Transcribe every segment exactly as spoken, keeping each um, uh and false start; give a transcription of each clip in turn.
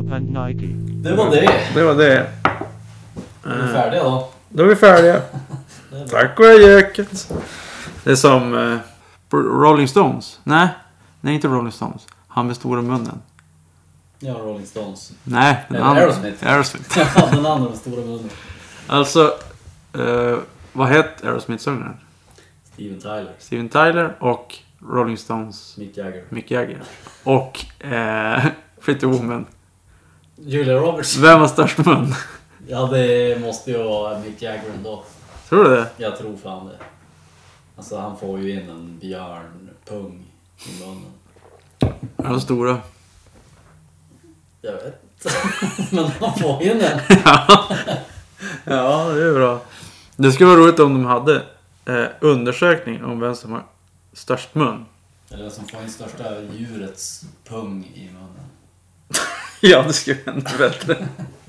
Det var det. Det var det. Är vi färdiga då? Då är vi färdiga. Tack och adjöket. Det är som uh, Rolling Stones. Nej, nej inte Rolling Stones. Han med stora munnen. Ja, Rolling Stones. Nej, den Eller andra. Aerosmith. Aerosmith. Ja, den andra med stora munnen. Alltså, uh, vad hette Aerosmith-sångaren? Steven Tyler. Steven Tyler och Rolling Stones Mick Jagger. Mick Jagger. Och uh, Pretty Woman. Julia Roberts. Vem var störst mun? Ja, det måste ju vara Mick Jagger ändå. Tror du det? Jag tror fan det. Alltså han får ju in en björnpung i munnen. Är de stora? Jag vet. Men han får in den. Ja. Ja, det är bra. Det skulle vara roligt om de hade eh, undersökning om vem som har störst mun. Eller som får in största djurets pung i munnen. Ja, det skulle vara ännu bättre.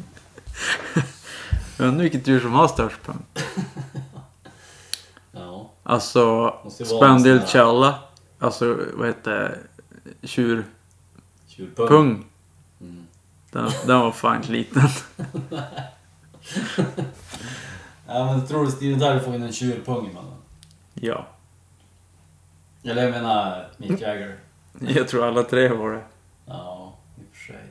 Jag undrar vilket djur som har störst pung. Ja. Alltså, Måste ju vara spendilchalla. Alltså, vad heter det? Tjur... Tjurpung. Pung. Mm. Den, den var fan liten. Ja, men tror du Steven Tyler får in en tjurpung i munnen? Ja. Eller jag menar Mick Jagger. Jag tror alla tre var det. Ja, i och för sig.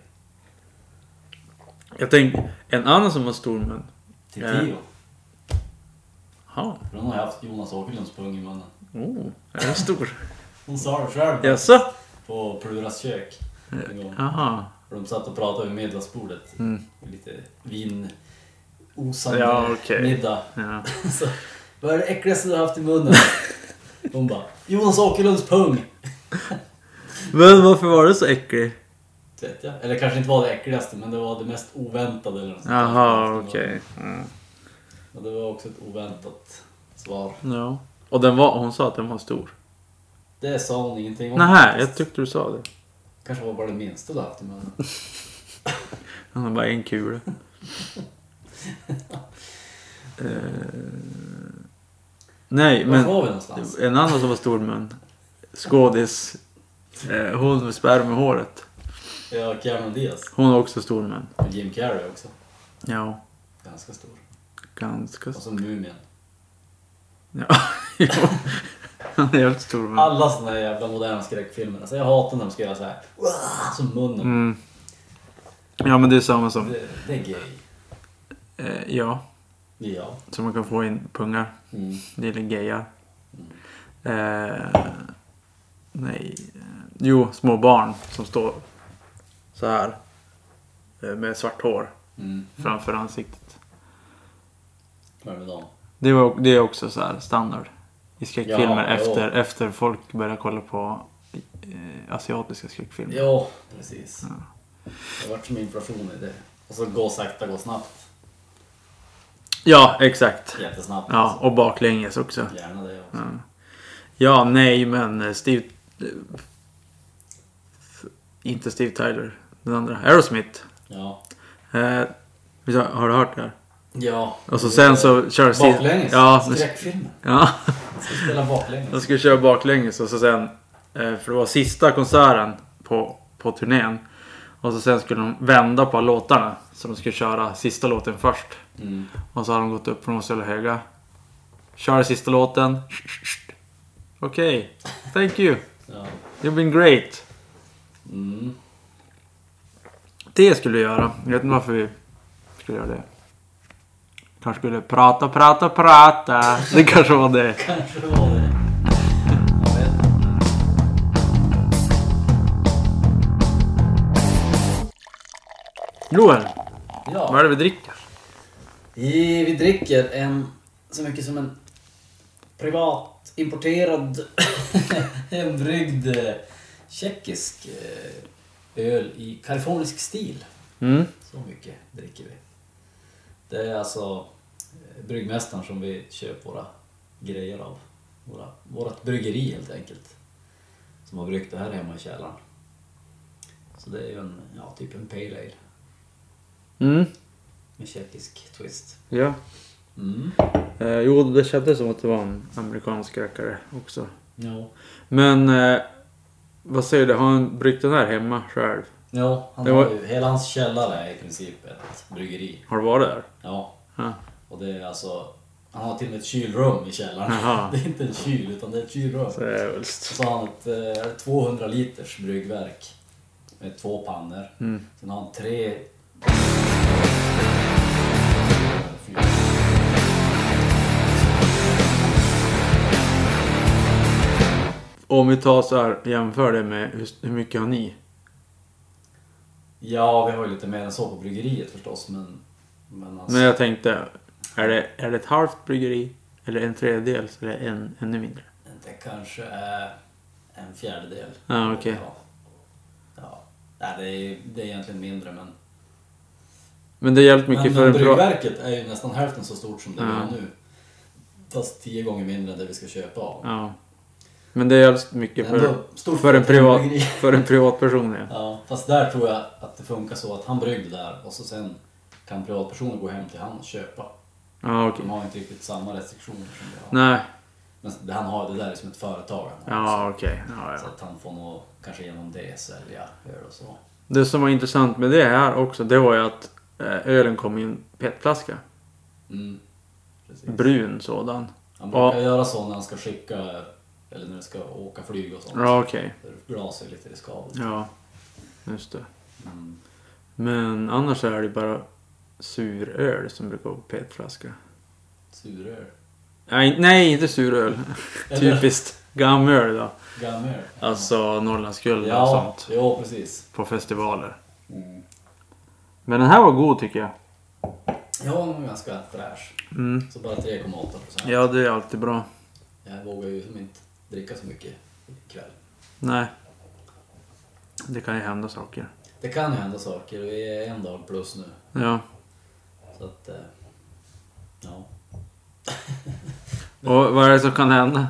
Jag tänkte, en annan som har stor mun. Till Tio. Ja. För hon har haft Jonas Åkerlunds pung i munnen. Oh, är den stor? Hon sa det själv. Jaså? På Pluras kök. En gång. Jaha. Och de satt och pratade vid middagsbordet. Mm. Lite vin... Osande Ja, okej. middag. Ja. Så, vad är det äckligaste du har haft i munnen? Hon bara, Jonas Åkerlunds pung. Men varför var det så äcklig? Vet jag. Eller kanske inte var det äckligaste, men det var det mest oväntade. Eller något sånt där. Jaha, okej. Okay. Mm. Och det var också ett oväntat svar. Ja. Och den var, hon sa att den var stor. Det sa hon ingenting om. Nej, jag tyckte du sa det. Kanske var bara det minsta du har haft i munnen. Han har bara en kul. uh, nej, Var men var vi någonstans? en annan som var stor mun. Skådis. Uh, hon med sperm i håret. Ja, Cameron Diaz. Hon har också stor mun. Och Jim Carrey också. Ja, Ganska stor. ganska Och stor. så Mumien. Ja, jo. Han är helt stor mun. Alla såna här jävla moderna skräckfilmer. Alltså jag hatar när de ska göra så här. Som munnen. Mm. Ja, men det är samma som... Det, det är gay. Eh, ja, Ja. så man kan få in pungar. Mm. Det är lite gayar. Eh, nej. Jo, små barn som står så här. Eh, med svart hår Mm. framför ansiktet. Vad är det med dem? Det, var, det är också så här standard i skräckfilmer Ja, efter, ja. efter folk börjar kolla på eh, asiatiska skräckfilmer. Ja, precis. Ja. Det har varit som inflation i det. Och så gå sakta, gå snabbt. Ja, exakt. Jättesnabbt. Ja, alltså. och baklänges också. Gärna det också. Ja, ja nej, men Steve... Inte Steve Tyler. Den andra. Aerosmith. Ja. Eh, har du hört det här? Ja. Och så sen så kör Steve... Baklänges. Ja, Skräckfilmer. ja. Ska spela baklänges. De skulle köra baklänges och så sen... Eh, för det var sista konserten på, på turnén. Och så sen skulle de vända på låtarna. Så de skulle köra sista låten först. Mm. Och så har de gått upp från oss eller höga. Kör sista låten. Okej. Okay. Thank you. Ja. You've been great. Mm. Det skulle vi göra. Jag vet inte varför vi skulle göra det. Kanske skulle prata, prata, prata. Det kanske var det. Kanske var det. Jag vet inte. Joel, Ja. vad är det vi dricker? I, vi dricker en så mycket som en privat importerad hembryggd eh, tjeckisk eh, öl i kalifornisk stil. Mm. Så mycket dricker vi. Det är alltså eh, bryggmästaren som vi köper våra grejer av. Våra, vårat bryggeri helt enkelt. Som har bryggt det här hemma i källaren. Så det är ju en, ja, typ en pale ale. Mm. Med tjeckisk twist. Ja. Mm. Eh, jo, det kändes som att det var en amerikansk rackare också. Ja. Men eh, vad säger du? Har han bryggt den här hemma själv? Ja, han Det har var- ju, hela hans källare är i princip ett bryggeri. Har du varit där? Ja, Ja. och det är alltså... Han har till och med ett kylrum i källaren. Jaha. Det är inte en kyl utan det är ett kylrum. Så är det väl. Och så har han ett eh, tvåhundra liters bryggverk med två pannor. Mm. Sen har han tre... Fyra. Om vi tar så här, jämför det med hur, hur mycket har ni? Ja, vi har ju lite mer än så på bryggeriet förstås, men... Men, alltså, Men jag tänkte, är det, är det ett halvt bryggeri? Eller en tredjedels? Eller en, ännu mindre? det kanske är en fjärdedel. Ja, okej. Ja. Ja. Nej, det är, det är egentligen mindre, men... Men det är jävligt mycket Men, för men en bra... bryggverket är ju nästan hälften så stort som det vi Ja. har nu. Fast tio gånger mindre än det vi ska köpa av. Ja. Men det är jävligt mycket Det är ändå för, stort för, en för privat, bryggeri. för en privatperson. Ja. Ja, fast där tror jag att det funkar så att han bryggde där och så sen kan privatpersoner gå hem till han och köpa. Ja, okej. De har inte riktigt samma restriktioner som vi har. Nej. Men det han har, det där är som ett företag han har. Ja, okej. Ja, Så ja. att han får nog kanske genom det sälja öl och så. Det som var intressant med det här också, det var ju att eh, ölen kom i en petflaska. Mm, precis. Brun sådan. Han brukar Ja. göra så när han ska skicka, eller när det ska åka flyg och sånt. Ja, okej. För glas är lite riskabelt. Ja, just det. Mm. Men annars är det bara suröl som brukar vara på petflaska. Suröl. Nej, nej, inte suröl. Eller? Typiskt gammöl då. Gammal. Alltså Norrlandsguld och Ja, sånt. ja precis. På festivaler. Mm. Men den här var god tycker jag. Ja, den var ganska fräsch. Mm. Så bara tre komma åtta procent. Ja, det är alltid bra. Jag vågar ju som inte dricka så mycket ikväll. Nej. Det kan ju hända saker. Det kan ju hända saker. Vi är en dag plus nu. Ja. Så att, eh, ja. Och vad är det som kan hända?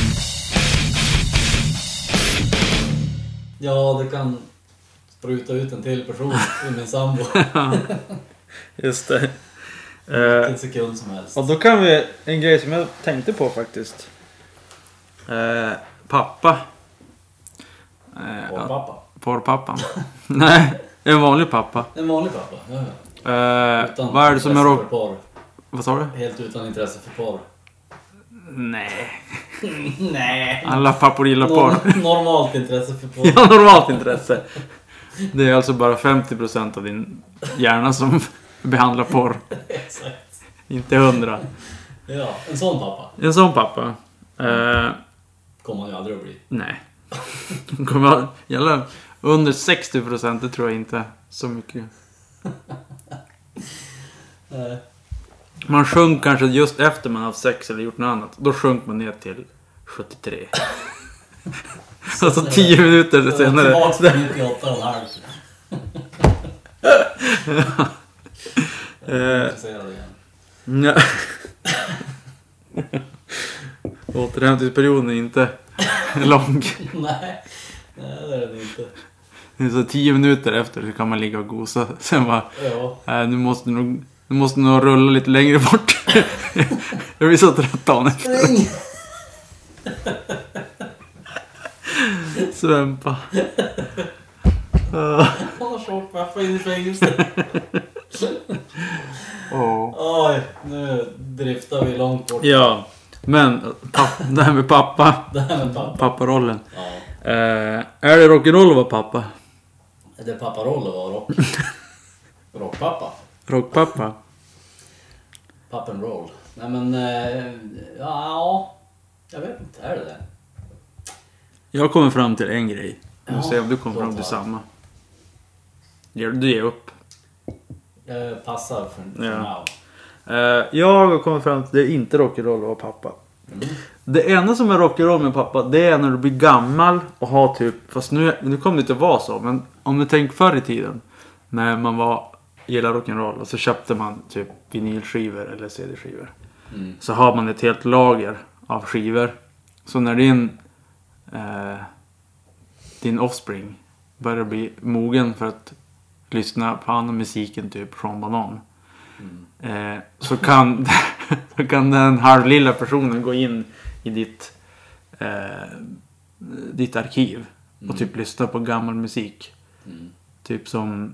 Ja, det kan spruta ut en till person i min sambo. Just det. Vilken sekund som helst. Och då kan vi, en grej som jag tänkte på faktiskt. Eh, pappa. Eh, Och pappa. Porrpappan. Nej, en vanlig pappa. En vanlig pappa. Ja, ja. Eh, Utan vad är det som är intresse rock... för porr. Vad sa du? Helt utan intresse för porr. Nej. Nej. Alla pappor gillar porr. Norm- normalt intresse för porr. Ja, normalt intresse. Det är alltså bara femtio procent av din hjärna som behandlar porr. Exakt. Inte hundra. Ja, en sån pappa En sån pappa. Eh, kommer han ju aldrig att bli. nej. Kommer jag gälla under sextio procent, det tror jag inte så mycket. Nej. Man sjönk kanske just efter man haft sex eller gjort något annat. Då sjönk man ner till sjuttiotre. Alltså tio minuter senare. Tillbaks till nittioåtta och en halv. Jag är intresserad igen. Ja. Återhämtningsperioden är inte lång. Nej, nej det är det inte. Det är så tio minuter efter så kan man ligga och gosa. Sen bara, Ja. äh, nu måste nog, nu måste nog rulla lite längre bort. Jag blir så trött dagen efter. Spring! Svämpa. Han har chockpappa in i fängelset. Åh. Oj, nu driftar vi långt bort. Ja, men papp, det här med pappa. Det här med pappa. Papparollen. Ja. Eh, är det rock'n'roll att vara pappa? Det är papparoll att vara rock. Rockpappa. Rockpappa? Pop and roll. Nej men, eh, ja, jag vet inte, är det det? Jag kommer fram till en grej. Vi Ja, får se om du kommer låt fram till höra. samma. Ger- Du ger upp. Jag passar för, för Ja. now. Eh, jag har kommit fram till att det är inte rock'n'roll att vara pappa. Mm. Det enda som är rock'n'roll med pappa, det är när du blir gammal och har typ, fast nu, nu kommer det inte vara så, men om du tänker förr i tiden när man var, gillar rock'n'roll och så köpte man typ vinylskivor eller C D-skivor. Mm. Så har man ett helt lager av skivor. Så när din eh, din offspring börjar bli mogen för att lyssna på annan musiken, typ från Banan, Mm. eh, så kan så kan den halvlilla personen gå in i ditt eh, ditt arkiv och Mm. typ lyssna på gammal musik. Mm. Typ som...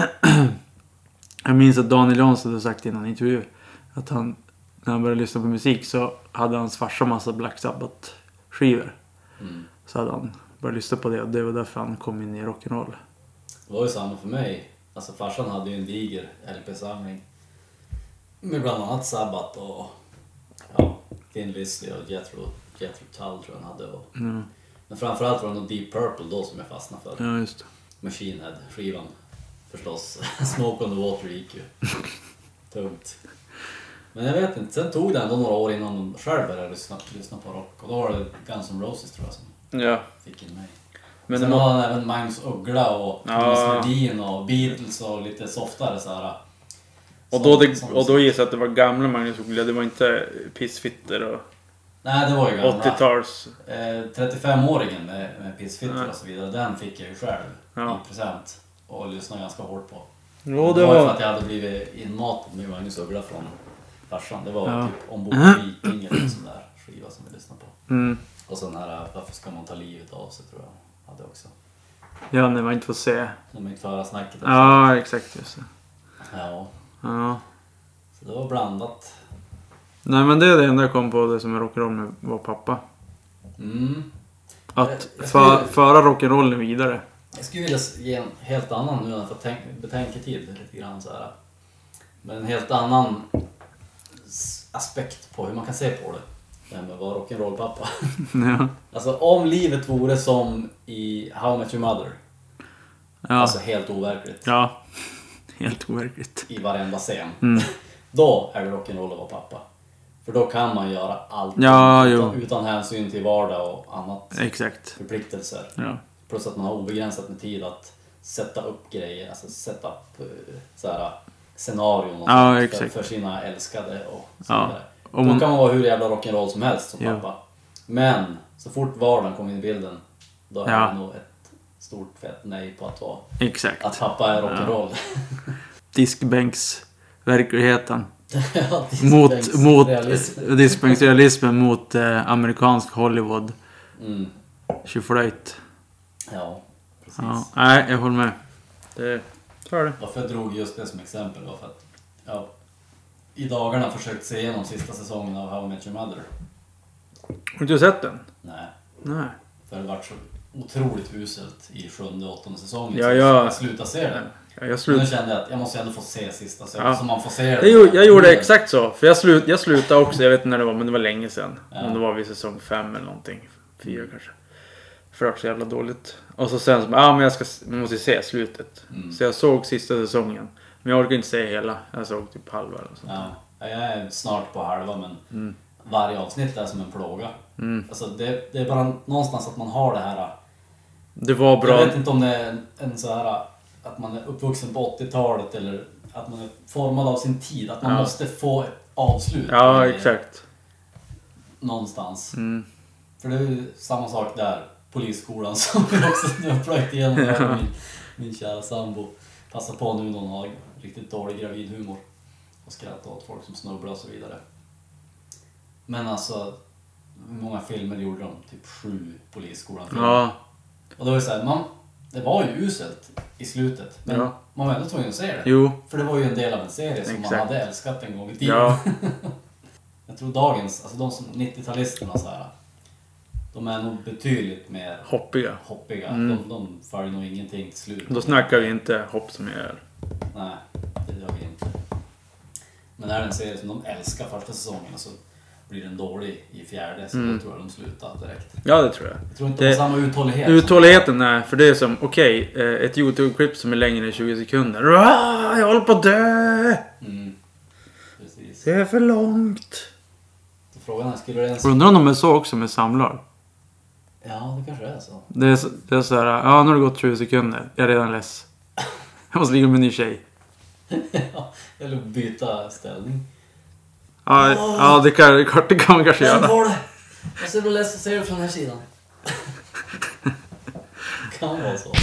jag minns att Daniel Jansson hade sagt i någon intervju att han, när han började lyssna på musik så hade hans farsa massa Black Sabbath-skivor. Mm. Så hade han började lyssna på det och det var därför han kom in i rock'n'roll. Det var ju samma för mig. Alltså farsan hade ju en diger L P-samling. Med bland annat Sabbath och ja, Thin Lizzy och Jethro, Jethro Tull tror jag han hade. Och, Mm. men framförallt var det nog Deep Purple då som jag fastnade för. Ja, just det. Machine Head, skivan förstås. Smoke on the Water gick ju. Tungt. Men jag vet inte, sen tog det ändå några år innan de själv började lyssna, lyssna på rock. Och då var det Guns N' Roses tror jag som Ja. fick in mig. Men Sen det var var... det även Magnus Uggla och Ja. Thomas Ledin och Beatles och lite softare så här. Och då, Som- det, som- och då gissar jag att det var gamla Magnus Uggla. Det var inte pissfitter och Nej, det var ju gamla. åttio-tals. Eh, trettiofem-åringen med, med pissfitter Nej. och så vidare, den fick jag ju själv Ja. i present. Och lyssnade ganska hårt på. Jo, det det var ju för var... att jag hade blivit inmatad med Magnus Uggla från farsan. Det var Ja. typ Ombord på Viking eller en sån där skiva som vi lyssnade på. Mm. Och sen här, Varför ska man ta livet av sig tror jag hade också. Ja, när man inte får se. De inte föra snacket. Ja, exakt just det. Ja, Ja. så det var blandat. Nej, men det är det enda jag kom på det som är rock'n'roll med var pappa. Mm. Att Jag- jag för, skulle- föra rock'n'rollen vidare. Jag skulle vilja ge en helt annan nu än för tänk, betänketid lite grann så här. Men en helt annan s- aspekt på hur man kan se på det. Det här med att vara rock'n'roll pappa. Ja. Alltså om livet vore som i How I Met Your Mother. Ja. Alltså helt overkligt. Ja. Helt overkligt. I varenda scen. Mm. Då är det rock'n'roll att vara pappa. För då kan man göra allt Ja, utan, jo. utan hänsyn till vardag och annat. Exakt. Förpliktelser. Ja. Plus att man har obegränsat med tid att sätta upp grejer, alltså sätta upp eh, så här, scenarion och Ja, sånt för, exakt. för sina älskade och så Ja. vidare. Om Då man- kan man vara hur jävla rock'n'roll som helst som Ja. pappa. Men så fort vardagen kommer in i bilden, då är Ja. det nog ett stort fett nej på att vara Exakt. att pappa är rock'n'roll. Diskbänksverkligheten. Ja, Mot, diskbänks- mot realism. diskbänksrealismen mot eh, amerikansk Hollywood. Mm. Tjoflöjt. Ja, precis. Ja. Nej, jag håller med. Det så är det. Varför jag drog just det som exempel var för att jag i dagarna försökt se igenom sista säsongen av How I Met Your Mother. Har du sett den? Nej, Nej. för det var så otroligt uselt i sjunde och åttonde säsongen. Ja, så ja. jag slutade se den. Ja, jag Men slut... nu kände jag att jag måste ändå få se sista så, Ja. så man får se det. jag, gjorde, jag gjorde exakt så. För jag, slut, jag slutade också. Jag vet inte när det var, men det var länge sedan. Ja. Om det var vid säsong fem eller någonting. Fyra kanske. För det var så jävla dåligt. Och så sen så, ja men jag ska, jag måste se slutet. Mm. Så jag såg sista säsongen. Men jag orkar inte se hela. Jag såg typ halva eller sånt. Ja, jag är snart på halva men Mm. varje avsnitt är som en plåga. Mm. Alltså det, det är bara någonstans att man har det här. Det var bra. Jag vet inte om det är en, en så här att man är uppvuxen på åttiotalet eller att man är formad av sin tid. Att man Ja. måste få ett avslut. Ja, i- exakt. Någonstans. Mm. För det är ju samma sak där. Polisskolan som vi också nu har plöjt igenom. Ja. Min, min kära sambo. Passa på nu när hon har riktigt dålig gravidhumor. Och skratta åt folk som snubblar och så vidare. Men alltså, hur många filmer gjorde de? Typ sju Polisskolan filmer. Ja. Och då var det så här, man, det var ju uselt i slutet. Men Ja. man var ändå tvungen att se det. Jo. För det var ju en del av en serie som Exakt. man hade älskat en gång i tiden. Ja. Jag tror dagens, alltså de som nittio-talisterna så här, de är nog betydligt mer Hoppiga. hoppiga. Mm. De, de följer nog ingenting till slut. Då snackar vi inte hopp som jag är. Nej, det gör vi inte. Men det här är en serie som de älskar första säsongen och så blir den dålig i fjärde. Så Mm. då tror jag de slutar direkt. Ja, det tror jag. Jag tror inte Det- de har samma uthållighet. Uthålligheten är, för det är som, okej, eh, ett YouTube-klipp som är längre än tjugo sekunder. Ah, jag håller på att dö! Mm. Precis. Det är för långt. Så frågan är, skulle det ens... Undrar om de är så också med samlar. Ja, det kanske är så. Det är, så- det är så här, ja nu har det gått tjugo sekunder. Jag är redan less. Jag måste ligga med en ny tjej. Ja, eller byta ställning. Ja, ja det, kan, det kan man kanske Vänd göra. på det! Jag ser du läsa ser du från den här sidan. Kan vara så.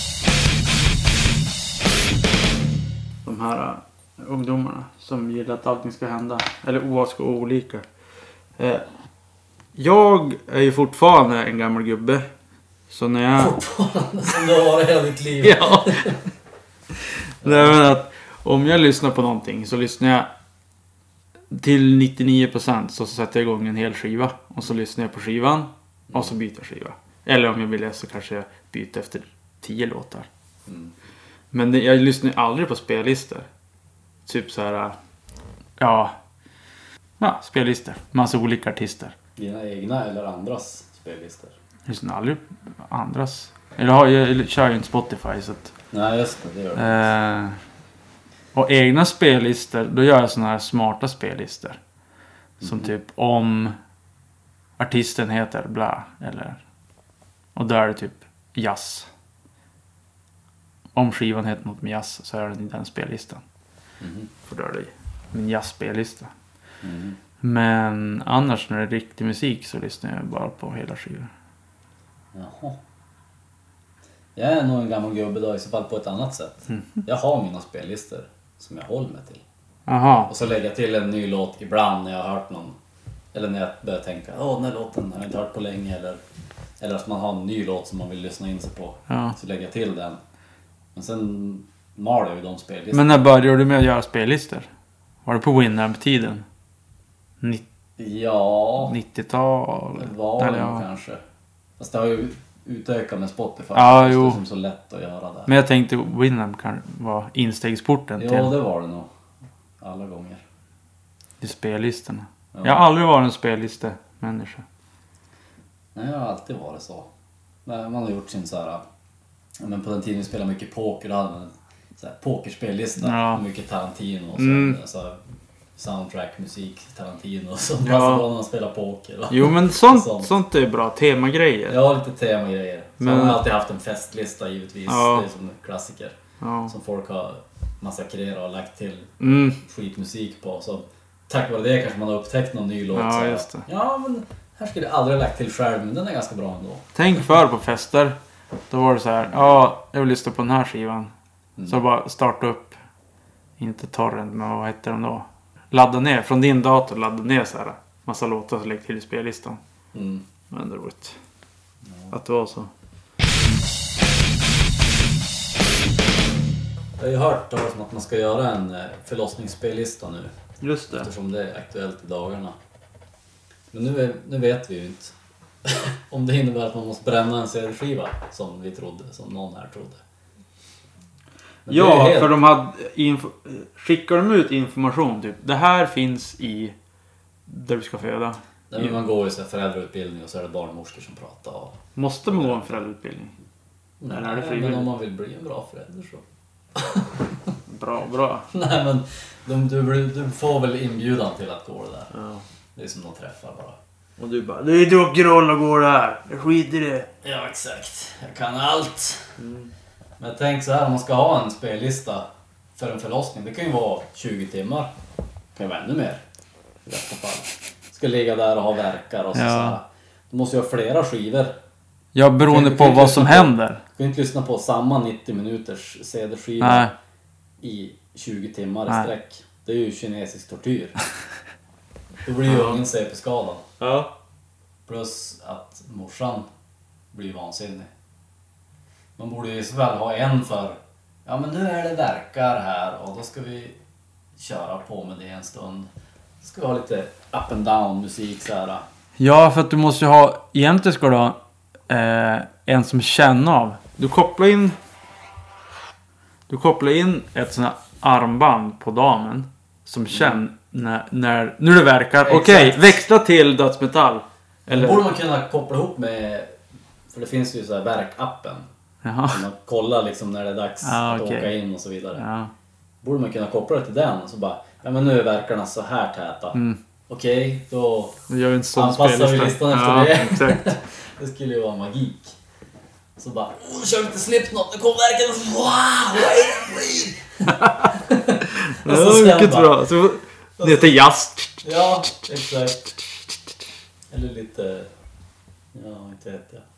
De här uh, ungdomarna som gillar att allting ska hända. Eller oavsett ska vara olika. Eh, jag är ju fortfarande en gammal gubbe. Så när jag... Fortfarande som du har varit hela ditt liv. Ja. Det är väl att om jag lyssnar på någonting så lyssnar jag till nittionio procent så sätter jag igång en hel skiva. Och så lyssnar jag på skivan och så byter jag skiva. Eller om jag vill så kanske jag byter efter tio låtar. Mm. Men det, jag lyssnar aldrig på spellistor. Typ så här, ja, ja, spellistor. Massa olika artister. Dina egna eller andras spellistor? Jag lyssnar aldrig på andras. Eller har jag, jag kör ju inte Spotify så att... Nej, just det, det gör det. Eh, och egna spellistor, då gör jag såna här smarta spellistor. Som Mm. typ om artisten heter bla eller... Och då är det typ jazz. Om skivan heter något med jazz så är det i den spellistan. Mm. För då är det min jazzspellista. Mm. Men annars när det är riktig musik så lyssnar jag bara på hela skivor. Jaha. Jag är nog en gammal gubbe då i så fall på ett annat sätt. Mm. Jag har mina spellistor som jag håller mig till. Aha. Och så lägger jag till en ny låt ibland när jag har hört någon. Eller när jag börjar tänka, åh den här låten har jag inte hört på länge. Eller, eller att man har en ny låt som man vill lyssna in sig på. Ja. Så lägger jag till den. Men sen maler jag ju de spellistorna. Men när började du med att göra spellistor? Var det på Winamp-tiden? Ja, nittiotal? det var Eller det ja. kanske. Fast det har ju utökat med Spotify. Ja, det är jo. som så lätt att göra där. Men jag tänkte Winamp kan vara instegsporten Jo, till, det var det nog. Alla gånger. till spellistorna. Ja. Jag har aldrig varit en spelliste-människa. Nej, jag har alltid varit så. Men man har gjort sin så här. Ja, men på den tiden vi spelade mycket poker, då hade man en så här pokerspellista. Ja. Mycket Tarantino och så, Mm. så soundtrack, musik, Tarantino och så. Ja. Ja. När man spelar poker. Och, Jo, men sånt, Sånt. sånt är bra. Temagrejer. jag har lite temagrejer. Så Men- man har alltid haft en festlista givetvis. Ja. Det är som en klassiker. Ja. Som folk har massakrerat och lagt till Mm. skitmusik på. Så tack vare det kanske man har upptäckt någon ny låt. Ja, så här, just det. Ja, men här skulle jag aldrig ha lagt till själv, men den är ganska bra ändå. Tänk för på fester. Då var det så här, ja, jag vill lyssna på den här skivan. Mm. Så bara starta upp, inte torrent, men vad heter den då? Ladda ner, från din dator ladda ner så här. Massa låtar och lägg till i spellistan. Mm. Men det var roligt. Att det var så. Jag har ju hört talas om att man ska göra en eh, förlossningsspellista nu. Just det. Eftersom det är aktuellt i dagarna. Men nu, är, nu vet vi ju inte om det innebär att man måste bränna en C D-skiva som vi trodde, som någon här trodde. Men det är Ja, helt- för de hade info- skickar de ut information typ. Det här finns i där du ska föda. Nej, men man går ju så här föräldrautbildning och så är det barnmorskor som pratar. Och... Måste man gå en föräldrautbildning? Nej, Eller är det men frivilligt? om man vill bli en bra förälder så. Bra, bra. Nej, men de, du, blir- du får väl inbjudan till att gå det där. Ja. Det är som de träffar bara. Och du bara, det är rock'n'roll att gå där. Jag skiter i det. Ja, exakt. Jag kan allt. Men jag tänker så här, om man ska ha en spellista för en förlossning. Det kan ju vara tjugo timmar. Det kan ju vara ännu mer. I detta fall. Ska ligga där och ha verkar och så, Ja. så här. Du måste ju ha flera skivor. Ja, beroende Du på kan inte vad som lyssna på- händer. Du kan ju inte lyssna på samma nittio minuters C D-skiva Nej. i tjugo timmar i Nej. sträck. Det är ju kinesisk tortyr. Då blir ju ungen C P-skadad. Ja. Plus att morsan blir vansinnig. Man borde ju så väl ha en för, ja men nu är det verkar här och då ska vi köra på med det en stund. Då ska vi ha lite up and down musik så här. Ja, för att du måste ju ha... Egentligen ska du ha eh, en som känner av. Du kopplar in... Du kopplar in ett sånt här armband på damen. Som känner när, när... Nu det verkar. Exakt. Okej, växla till dödsmetall. Eller borde Eller... man kunna koppla ihop med, för det finns ju så här verkappen. Jaha. Där man kollar liksom när det är dags Ah, att okej. åka in och så vidare. Ja. Borde man kunna koppla det till den och så bara, ja men nu är verkarna så här täta. Mm. Okej, då Då gör vi en sån anpassar vi spellista. listan efter Ja, det. exakt. Det skulle ju vara magik. Så bara, åh nu kör vi lite Slipknot, nu kommer verken. Wow, wait, wait. Det Och så var sen mycket bara- bra. Så, det heter jazz. Ja, exakt. Eller lite, ja inte vet jag.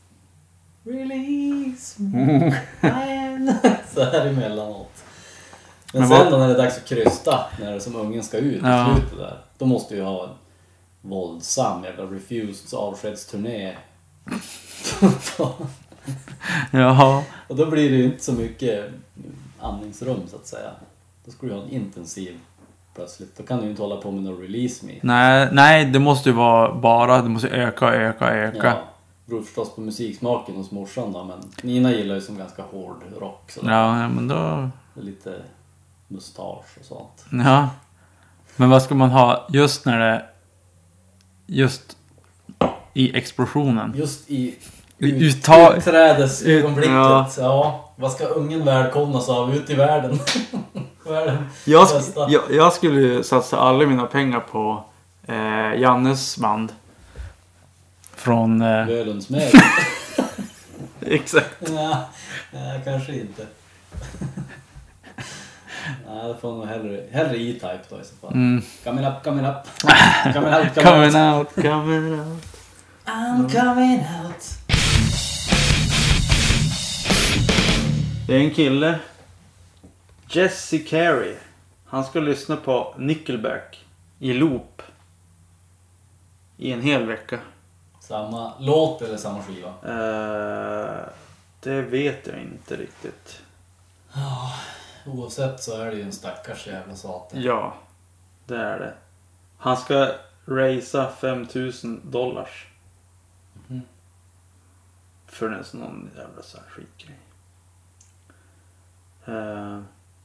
Release me, man. Så här emellanåt. Men, Men sen vad- då när det är dags att krysta, när det är som ungen ska ut i Ja. slutet där. Då måste vi ha en våldsam jävla Refuseds avskedsturné. Jaha. Och då blir det ju inte så mycket andningsrum så att säga. Då skulle du ha en intensiv plötsligt. Då kan du ju inte hålla på med någon release me. Nej, nej, det måste ju vara bara, det måste öka, öka, öka. Ja, beror förstås på musiksmaken hos morsan då, men Nina gillar ju som ganska hård rock så Ja, ja, men då... lite mustasch och sånt. Ja. Men vad ska man ha just när det... Just i explosionen? Just i Uttag... utträdesögonblicket. Ja. Ja, vad ska ungen välkomnas av ut i världen? Världen Jag, sk- bästa. jag, jag skulle ju satsa alla mina pengar på eh, Jannes band. Från... Eh, Völunds med. exakt. Ja, nej, kanske inte. Nej, det får nog hellre, hellre E-Type då i så fall. Mm. Coming up, coming up. Coming out, coming, Coming out. out, coming out. I'm coming out. Det är en kille. Jesse Carey. Han ska lyssna på Nickelback i loop. I en hel vecka. Samma låt eller samma skiva? Uh, det vet jag inte riktigt. Ja, oavsett så är det ju en stackars jävla satan. Ja, det är det. Han ska raisa fem tusen dollars. Mm. För en sån någon jävla så här skitgrej. Uh,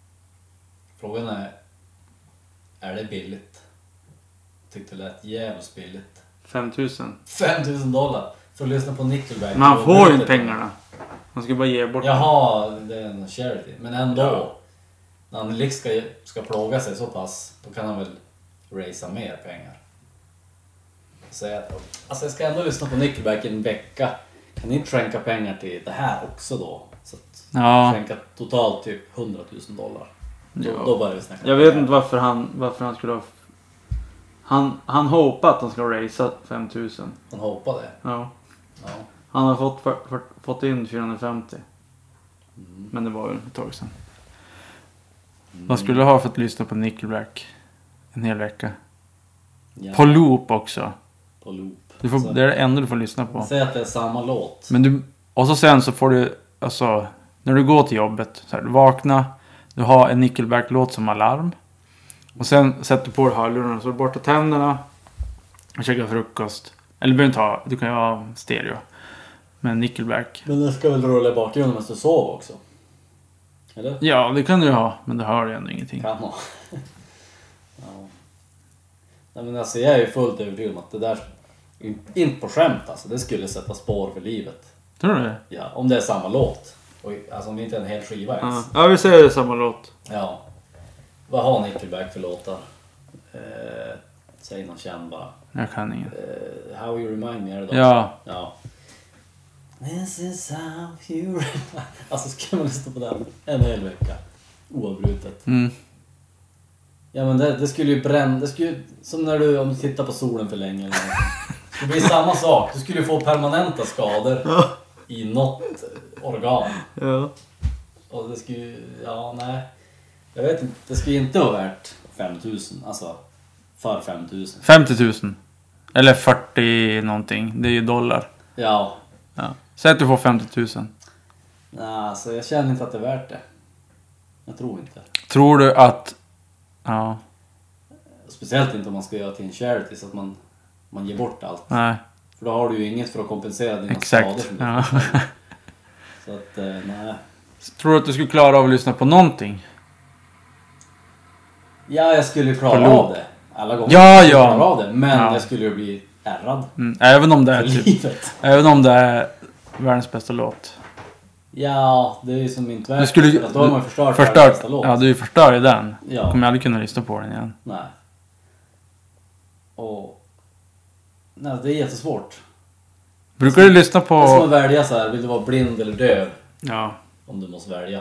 Frågan är, är det billigt? Tyckte det lät jävligt billigt. fem tusen. fem tusen dollar för att lyssna på Nickelback. Men han får ju inte pengarna. Han ska bara ge bort. Jaha, det är en charity. Men ändå. Ja. När han liksom ska, ska plåga sig så pass, då kan han väl raisa mer pengar. Så jag, alltså jag ska ändå lyssna på Nickelback i en vecka. Kan ni inte skänka pengar till det här också då? Så att Ja. skänka totalt typ hundratusen dollar. Då, Ja. då börjar vi snacka. Jag vet inte varför han, varför han skulle ha... Han, han hoppas att han ska raisa fem tusen. Han hoppade. Ja. Ja. Han har fått, för, för, fått in fyrahundrafemtio. Mm. Men det var ju ett tag sedan. Mm. Man skulle ha fått lyssna på Nickelback en hel vecka. Ja, På loop också. på loop. Du får, Så- det är det enda du får lyssna på. Säg att det är samma låt. Men du, och så sen så får du, alltså, när du går till jobbet, så här, du vaknar, du har en Nickelback-låt som alarm. Och sen sätter du på dig hörlurarna, så du bortar tänderna och käkar frukost. Eller du behöver inte ha, du kan ju ha stereo. Men Nickelback. Men den ska väl rulla i bakgrunden medan du sover också? Eller? Ja, det kan du ha, men det hör ju ändå ingenting. Kan ha. Ja. Nej, men alltså jag är ju fullt övertygad om att det där, inte på skämt alltså, det skulle sätta spår för livet. Tror du det? Ja, om det är samma låt. Och, alltså om det inte är en hel skiva ens. Ja, ja vi säger samma låt. Ja. Vad har Nickelback för låtar? Eh, säg någon känd bara. Jag kan ingen. Eh, How You Remind Me är det då? Ja. Ja. This is how you remind... Alltså ska man lyssna på den en hel vecka. Oavbrutet. Mm. Ja men det, det skulle ju bränna, det skulle ju, som när du, om du tittar på solen för länge eller någonting. Det skulle bli samma sak, du skulle ju få permanenta skador Ja. i något organ. Ja. Och det skulle ju, ja nej. Jag vet inte, det skulle ju inte vara värt fem tusen, alltså för fem tusen. femtio tusen. Eller fyrtio någonting. Det är ju dollar. Ja, Ja. Säg att du får femtio tusen. nej alltså jag känner inte att det är värt det. Jag tror inte. Tror du att... Ja. Speciellt inte om man ska göra till en charity så att man, man ger bort allt. Nej. För då har du ju inget för att kompensera dina skador Exakt. som du Ja. får. Så att, eh, nej. Tror du att du skulle klara av att lyssna på någonting? Ja, jag skulle klara Förlåt. av det. Alla gånger. Ja, Jag skulle ja. klara av det. Men Ja. jag skulle ju bli ärrad Mm. Även om det är för typ... livet. Även om det är världens bästa låt. Ja, det är ju som inte värt. Du skulle För att då har man ju förstört, förstört, världens bästa låt. ja, du förstör ju den. Ja. Du kommer aldrig kunna lyssna på den igen. Nej. Och... Nej, det är jättesvårt. Brukar du lyssna på... Det är som att välja så här. Vill du vara blind eller döv? Ja. Om du måste välja.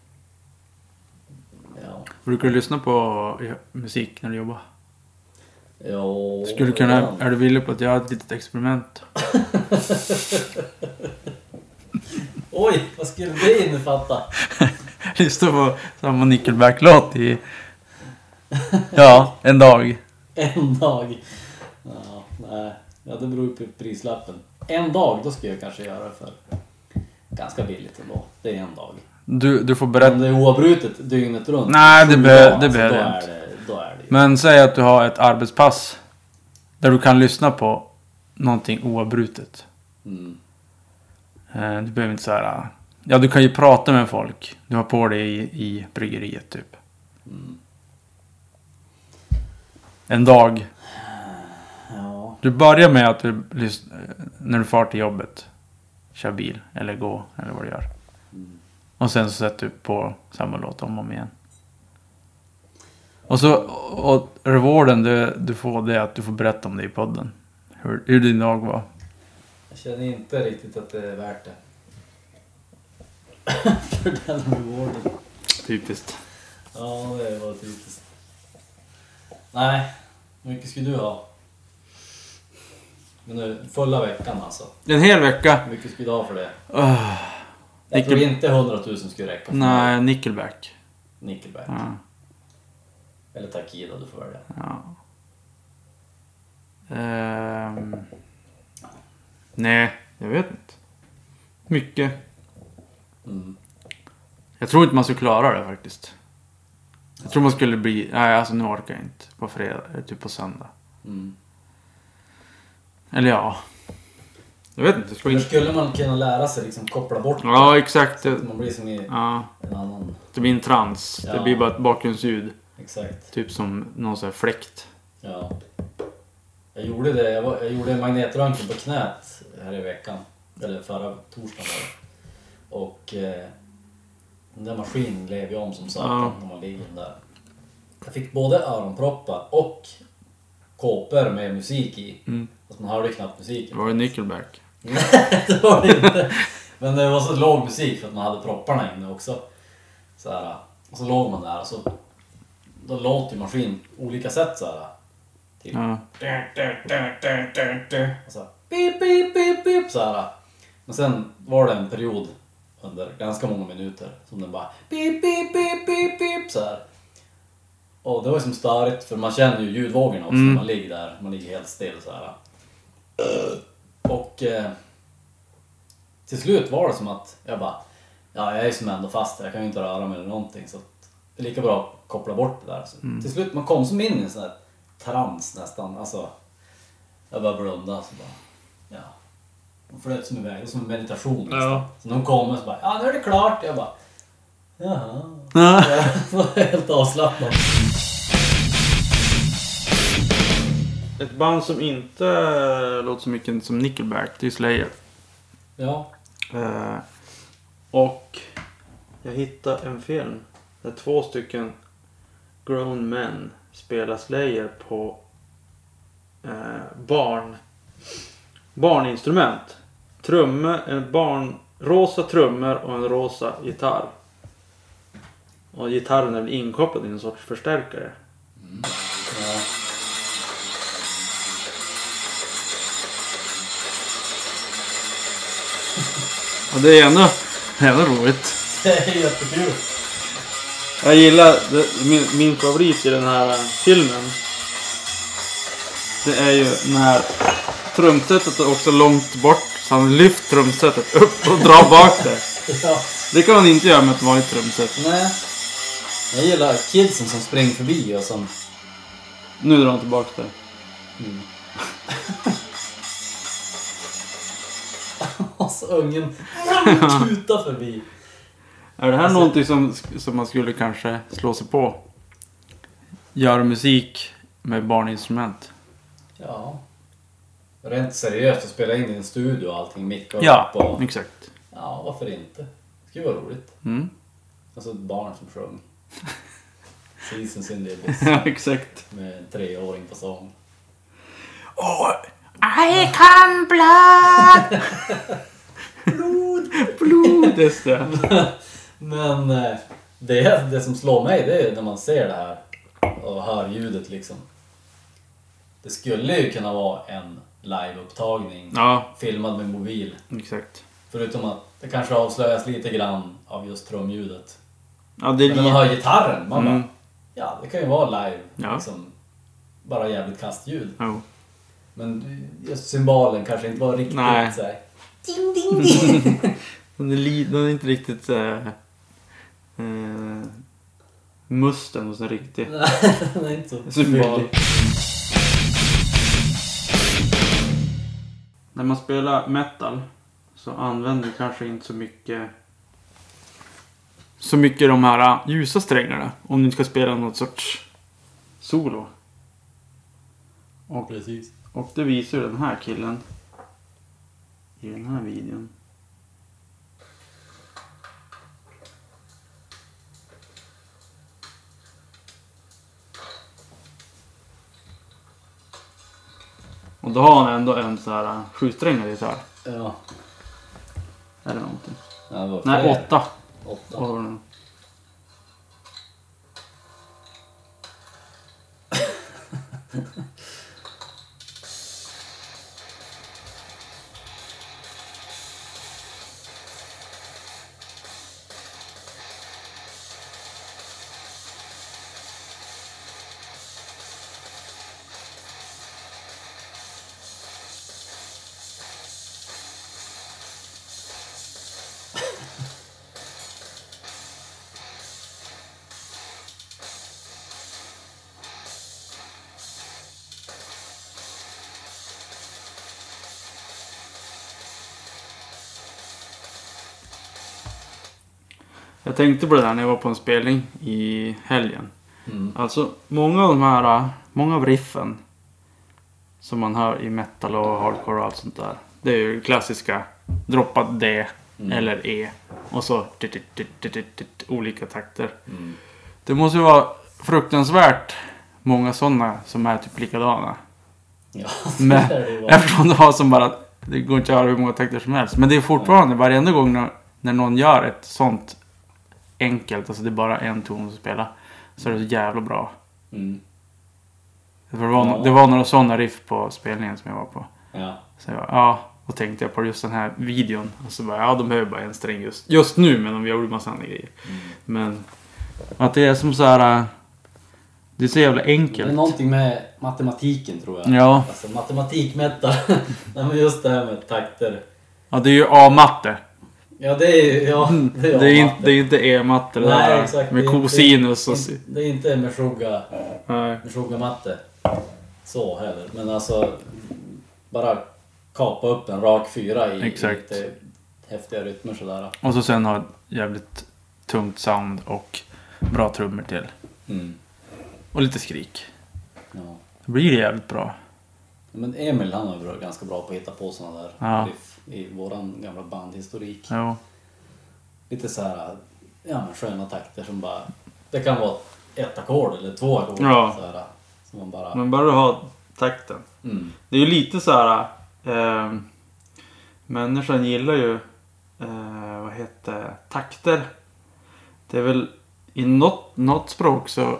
Ja. Brukar du lyssna på ja, musik när du jobbar? Jo, Skulle du kunna... ja. Är du villig på att göra ett litet experiment? Oj, vad skulle det innefatta? Lyssna på samma Nickelback-låt i... Ja, en dag. En dag. Ja, nej. Ja, det beror ju på prislappen. En dag, då ska jag kanske göra det för ganska billigt ändå. Det är en dag. Du, du får berätta. Om det är oavbrutet dygnet runt. Nej, det, be, dagar, det alltså, behöver då jag är inte. det, då är det ju. Men säg att du har ett arbetspass där du kan lyssna på någonting oavbrutet. Mm. Eh, Du behöver inte så här. Ja, du kan ju prata med folk. Du har på dig i, i bryggeriet typ. Mm. En dag. Ja. Du börjar med att du lys- när du far till jobbet. Kör bil eller gå eller vad du gör. Mm. Och sen så sätter du på samma låt om och om igen. Och så och rewarden du, du får det att du får berätta om det i podden. Hur, hur din dag var. Jag känner inte riktigt att det är värt det. För den rewarden. Typiskt. Ja, det var typiskt. Nej, hur mycket skulle du ha? Men nu, fulla veckan alltså. En hel vecka. Hur mycket skulle du ha för det? Uh, Jag tror Nickel- inte hundratusen skulle räcka för nej, Nickelback. Nickelback. Ja, Eller Takida, du får välja. ja. Ehm, nej, jag vet inte. Mycket. Mm. Jag tror inte man skulle klara det faktiskt. Jag tror man skulle bli... Nej, alltså nu orkar jag inte. På fredag, typ på söndag. Mm. Eller ja. Jag vet inte. Det skulle Hur inte... skulle man kunna lära sig liksom koppla bort det? Ja, exakt. Så att Det, man blir som i ja, en annan... det blir en trans. Det Ja. blir bara ett bakgrundsljud. Exakt. Typ som någon sån här fläkt. Ja. Jag gjorde det. Jag, var, jag gjorde en magnetröntgen på knät här i veckan. Eller förra torsdagen var det. Och eh, den där maskinen lever ju om som satan Ja. när man ligger där. Jag fick både öronproppar och kåpor med musik i. Mm. Fast man hörde knappt Det musiken. var ju Nickelback. Nej, det var det inte. Men det var så låg musik för att man hade propparna inne också. Så här, och så låg man där och så då låter ju maskin olika sätt så här. Typ. Ja. Och så här, pip, pip, pip, pip, så här. Men sen var det en period under ganska många minuter som den bara pip, pip, pip, pip, pip, så här. Och det var ju som störigt för man känner ju ljudvågorna också Mm. när man ligger där. Man ligger helt still så här. Och eh, till slut var det som att jag bara, ja jag är som ändå fast här, jag kan ju inte röra mig eller någonting så att det är lika bra att koppla bort det där. Så Mm. till slut man kom som in i en sån här trans nästan, alltså jag bara blundade så bara, ja. Man flöt som iväg, det är som en meditation nästan. Ja. Så när de kommer så bara, ja nu är det klart, jag bara, jaha. Ja. Jag var helt avslappnad. Ett band som inte låter så mycket som Nickelback, det är Slayer. Ja. Eh, och jag hittade en film där två stycken grown men spelar Slayer på eh, barn barninstrument. Trummor, en barn, rosa trummor och en rosa gitarr. Och gitarren är väl inkopplad i en sorts förstärkare. Ja. Och det är ännu, ännu roligt. Det är jättekul. Jag gillar det, min, min favorit i den här eh, filmen. Det är ju när trumsetet är också långt bort. Så han lyft trumsetet upp och drar bak det. Ja. Det kan man inte göra med ett vanligt trumset. Nej. Jag gillar kidsen som springer förbi och som... Nu drar han tillbaka det. Mm. Och så ungen tutar förbi. Är det här Alltså- någonting som, som man skulle kanske slå sig på? Göra musik med barninstrument. Ja. Rent seriöst att spela in i en studio och allting mick och Ja, upp och... exakt. Ja, varför inte? Det skulle vara roligt. Mm. Alltså ett barn som sjöng. Seasons in the Abyss. Ja, exakt. Med en treåring på sång. Oh, I can blood! Blod! Blod, just det. Men eh, det, det som slår mig det är när man ser det här och hör ljudet liksom. Det skulle ju kunna vara en liveupptagning Ja, filmad med mobil. exakt. Förutom att det kanske avslöjas lite grann av just trumljudet. Ja, det är Men när man lite... hör gitarren, man Mm. bara, ja det kan ju vara live. Ja. Liksom, bara jävligt kastljud. Oh. Men just symbolen kanske inte var riktigt Nej. så här. Ding, ding, ding. Den är, li, den är inte riktigt äh, äh, musten hos en riktig. Nej, den är inte så symbol. När man spelar metal så använder vi kanske inte så mycket så mycket de här ljusa strängarna om du inte ska spela något sorts solo. Och, precis. Och det visar den här killen i den här videon. Och då har han ändå en så här sjusträngad gitarr. Ja. Eller någonting. Ja, vad Nej, fler? åtta. Åtta. Vad har den? Jag tänkte på det där när jag var på en spelning i helgen. Mm. Alltså många av de här, många av riffen som man hör i metal och hardcore och allt sånt där. Det är ju klassiska droppa D mm. eller E och så dit, dit, dit, dit, dit, olika takter. Mm. Det måste ju vara fruktansvärt många sådana som är typ likadana. Ja, men det var... eftersom det har som bara, det går inte att göra hur många takter som helst. Men det är fortfarande varenda gång när, när någon gör ett sånt enkelt, alltså det är bara en ton att spela, så är det så jävla bra. Mm. Det var, ja. det var några sådana riff på spelningen som jag var på. Ja. Så jag, ja, och tänkte jag på just den här videon och så bara, ja de behöver bara en sträng just, just nu, men de gjorde massa andra grejer. Mm. Men att det är som så här, det är så jävla enkelt. Det är någonting med matematiken tror jag. Ja. Alltså matematikmättar. Nej, men just det här med takter. Ja, det är ju A-matte. Ja, det är ja, det är, det är inte det är inte E-matte det Nej, där exakt. med det kosinus och inte, det är inte med sjuga nej. med sjuga matte. Så heller, men alltså bara kapa upp en rak fyra i, Exakt. i lite häftiga rytmer sådär. Och så sen har jävligt tungt sound och bra trummor till. Mm. Och lite skrik. Ja. Det blir det jävligt bra. Men Emil han har varit ganska bra på att hitta på såna där Ja. riff i våran gamla bandhistorik. Jo. Lite så här, ja men sköna takter som bara, det kan vara ett ackord eller två ackord Ja. så här, som man bara. Men bara du har takten. Mm. Det är ju lite så här. Eh, människan gillar ju eh, vad heter takter. Det är väl i något, något språk så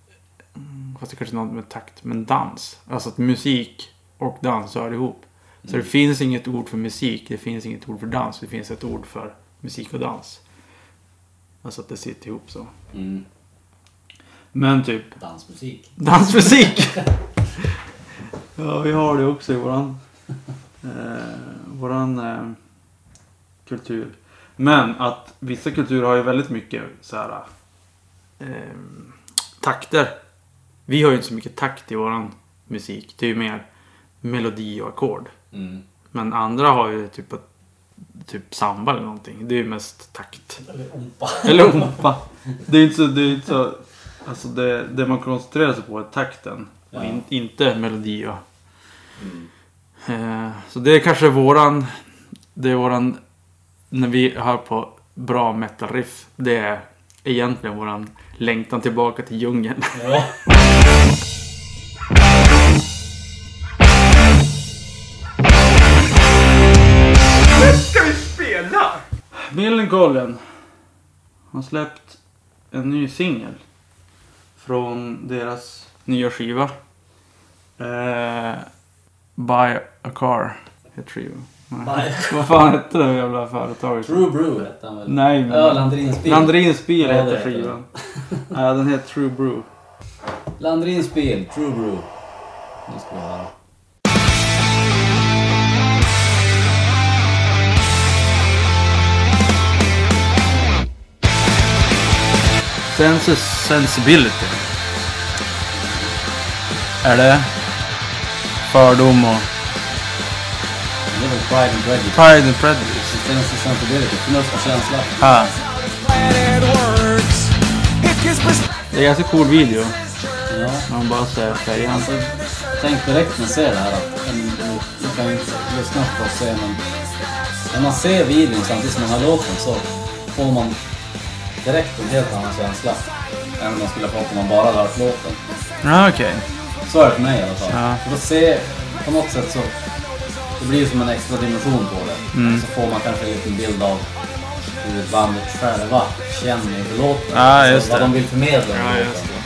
fast det kanske är något med takt, men dans. Alltså att musik och dans hör ihop. Så Mm. det finns inget ord för musik, det finns inget ord för dans, det finns ett ord för musik och dans. Alltså att det sitter ihop så. Mm. Men typ Dansmusik. dansmusik! Ja, vi har det också i våran eh, våran eh, kultur. Men att vissa kulturer har ju väldigt mycket så här eh, takter. Vi har ju inte så mycket takt i våran musik. Det är ju mer melodi och ackord. Mm. Men andra har ju typ ett, typ samba eller någonting. Det är ju mest takt. Eller ompa. Eller ompa. Det är inte så, det är inte så alltså det, det man koncentrerar sig på är takten. Ja. Och in, inte melodi och Mm. Eh, så det är kanske våran, det är våran, när vi hör på bra metal riff, det är egentligen våran längtan tillbaka till djungeln. Ja. Nu ska vi spela! Millencolin har släppt en ny singel från deras nya skiva. Eh, Buy a car heter skivan. Vad fan hette det jävla företaget? True Brew hette han väl? Nej, men Ja, Landrins bil. Landrins bil Ja, det heter heter skivan. Ja, den heter True Brew. Landrins bil, True Brew. Nu ska vi höra. Sense sensibility. Är det fördom och Det är väl Pride and Prejudice. Pride and Prejudice. Sense sensibility, förnuft och känsla. Ja. Det är ganska cool video. Ja. Man bara ser färgen. Alltså, tänk direkt när man ser det här att en, du kan inte lyssna på och se, men när man ser videon samtidigt som man har låten så får man direkt en helt annan känsla än om man skulle få om man bara hade hört låten. Ja, okej. Okay. Så är det för mig i alla fall. Ja. För då ser, på något sätt så det blir som en extra dimension på det. Mm. Så får man kanske en liten bild av hur bandet själva känner inför låten. Ja, just vad det. de vill förmedla. Ja, just det.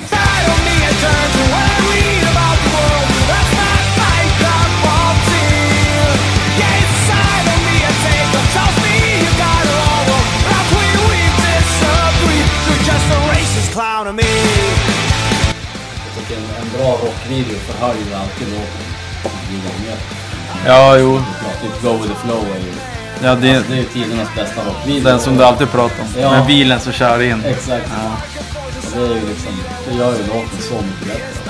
En, en bra rockvideo förhör ju alltid låten. Ja, jo. Typ Go With The Flow är ju, Ja, det, alltså, det är ju tidernas bästa rockvideo. den som du alltid pratar om. Ja. Med bilen som kör in. Exakt. Ja. Och det är ju liksom, det gör ju låten så mycket bättre.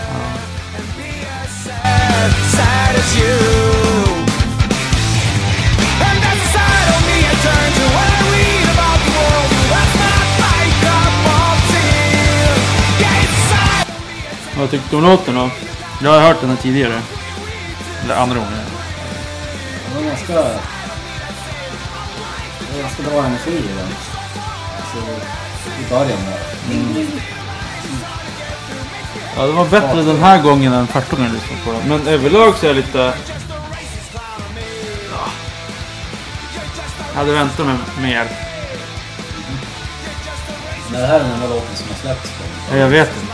Vad tyckte du om låten då? Jag har hört den här tidigare. Eller andra gånger. Men man ska... Man ska dra energi i den. Så i början där. Mm. Ja, det var bättre den här gången än första gången jag lyssnade på den. Men överlag så är jag lite... Ja. Jag hade väntat mig mer. Men det här är den här låten som har släppts på. Ja, jag vet inte.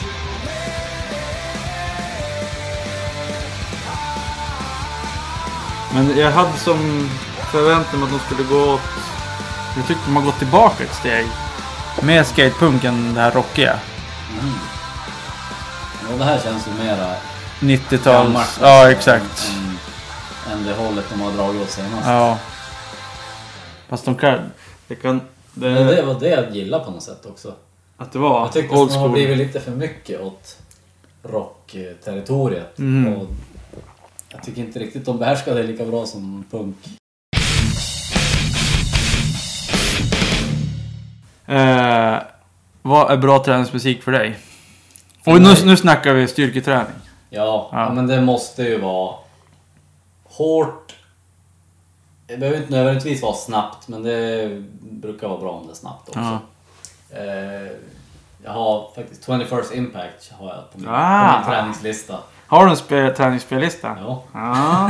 Men jag hade som förväntan mig att de skulle gå åt... Jag tyckte de har gått tillbaka ett steg. Med skatepunken, det här rockiga. Mm. Och det här känns ju mera... nittio-tals... Ja, exakt. Än, än det hållet de har dragit åt senast. Ja. Fast de kan... Det kan... Det, Men det var det jag gillade på något sätt också. Att det var Jag tyckte old att de har school. blivit lite för mycket åt rock-territoriet. Mm. Och jag tycker inte riktigt de behärskar det lika bra som punk. Eh, vad är bra träningsmusik för dig? Och nu, nu snackar vi styrketräning. Ja, Ja. men det måste ju vara hårt. Det behöver inte nödvändigtvis vara snabbt, men det brukar vara bra om det är snabbt också. Ja. Eh, jag har faktiskt twenty-first Impact har jag på min, Ah. på min träningslista. Har du en spe, träningsspellista? Ja. Ja.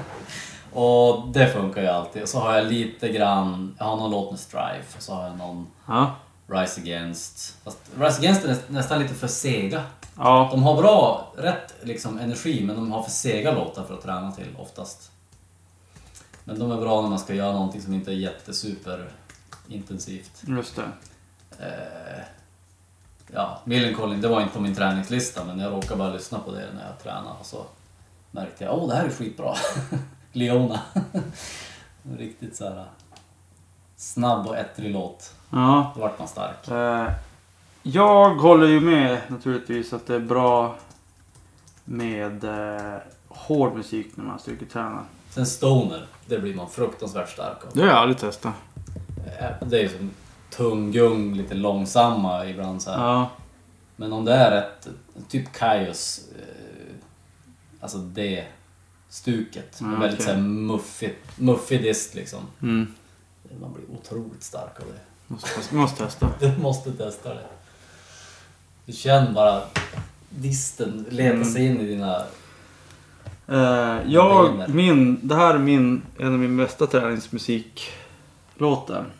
Och det funkar ju alltid. Och så har jag lite grann, jag har någon låt med Strife och så har jag någon Ja. Rise Against. Fast Rise Against är nästan lite för sega. Ja. De har bra, rätt liksom energi, men de har för sega låtar för att träna till oftast. Men de är bra när man ska göra någonting som inte är jättesuper intensivt. Just det. Eh, ja, Millencolin, det var inte på min träningslista, men jag råkade bara lyssna på det när jag tränade och så märkte jag, åh, det här är skitbra. Leona. Riktigt så här snabb och ettrig låt. Ja. Då vart man stark. Eh, jag håller ju med naturligtvis att det är bra med eh, hård musik när man styrketränar. Sen stoner, det blir man fruktansvärt stark av. Det har jag aldrig testat. Eh, Det är ju som tung gung, lite långsamma ibland så här. Ja. Men om det är ett typ Kaios, eh, alltså det stuket, Ja, med väldigt okej. så här muffigt, muffig dist liksom. Mm. Man blir otroligt stark av det. Måste, måste testa. Du måste testa det. Du känner bara disten leta sig in i dina... Eh, jag, Bener. min, det här är min, en av min bästa träningsmusiklåtar.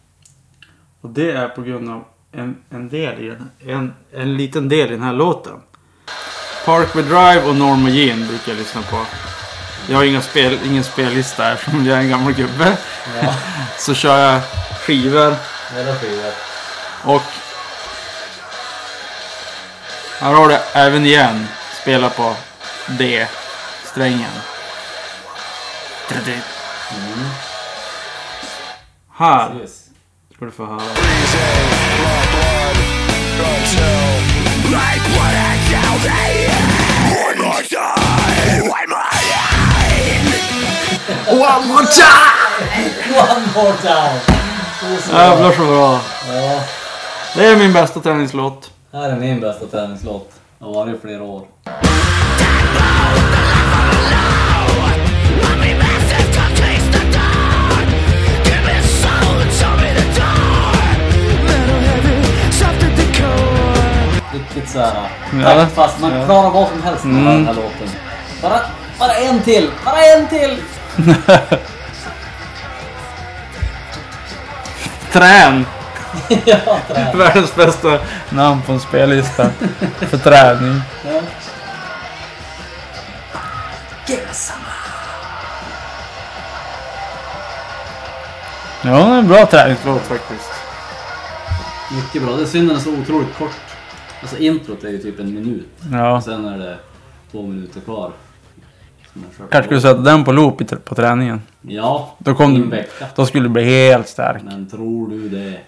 Och det är på grund av en, en del i den, en, en liten del i den här låten. Parkway Drive och Norma Jean brukar jag lyssna på. Jag har inga spel, ingen spellista här som jag är en gammal gubbe. Ja, Så kör jag skivor hela skivor. och här har du även igen spela på D-strängen. Mm. Här Precis. Ska du få höra. One more time! One more time! Jävlar så bra. Ja. Det är min bästa träningslåt. Här är min bästa träningslåt. Det har varit flera år. Riktigt såhär. Ja. Fast man Ja. klarar vad som helst med Mm. den här låten. Bara, bara en till! Bara en till! Trän. Ja, trä. Världens bästa namn på en spellista. För träning. Ja. Ja, det är en bra träningslåt faktiskt. Mycket bra. Det är synd den är så otroligt kort. Alltså introt är ju typ en minut. Ja. Och sen är det två minuter kvar. Som jag kör på. Kanske skulle sätta den på loop i tr- på träningen. Ja, Då, kom en du, vecka. då skulle du bli helt stark. Men tror du det?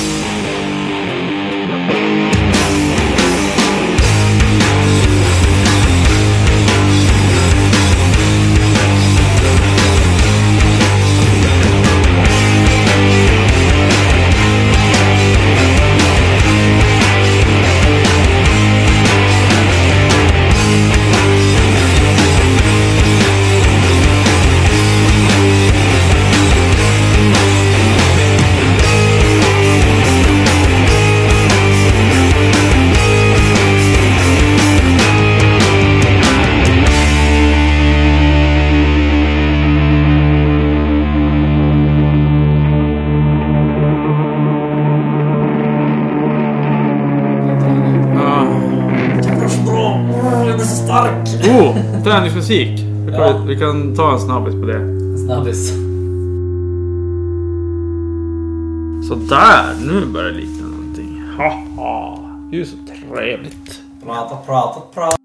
Oh, träningsmusik. Vi kan, Ja. vi kan ta en snabbis på det. Snabbis. Så där, nu börjar det likna någonting. Haha, det är ju så trevligt. Prata, prata, prata.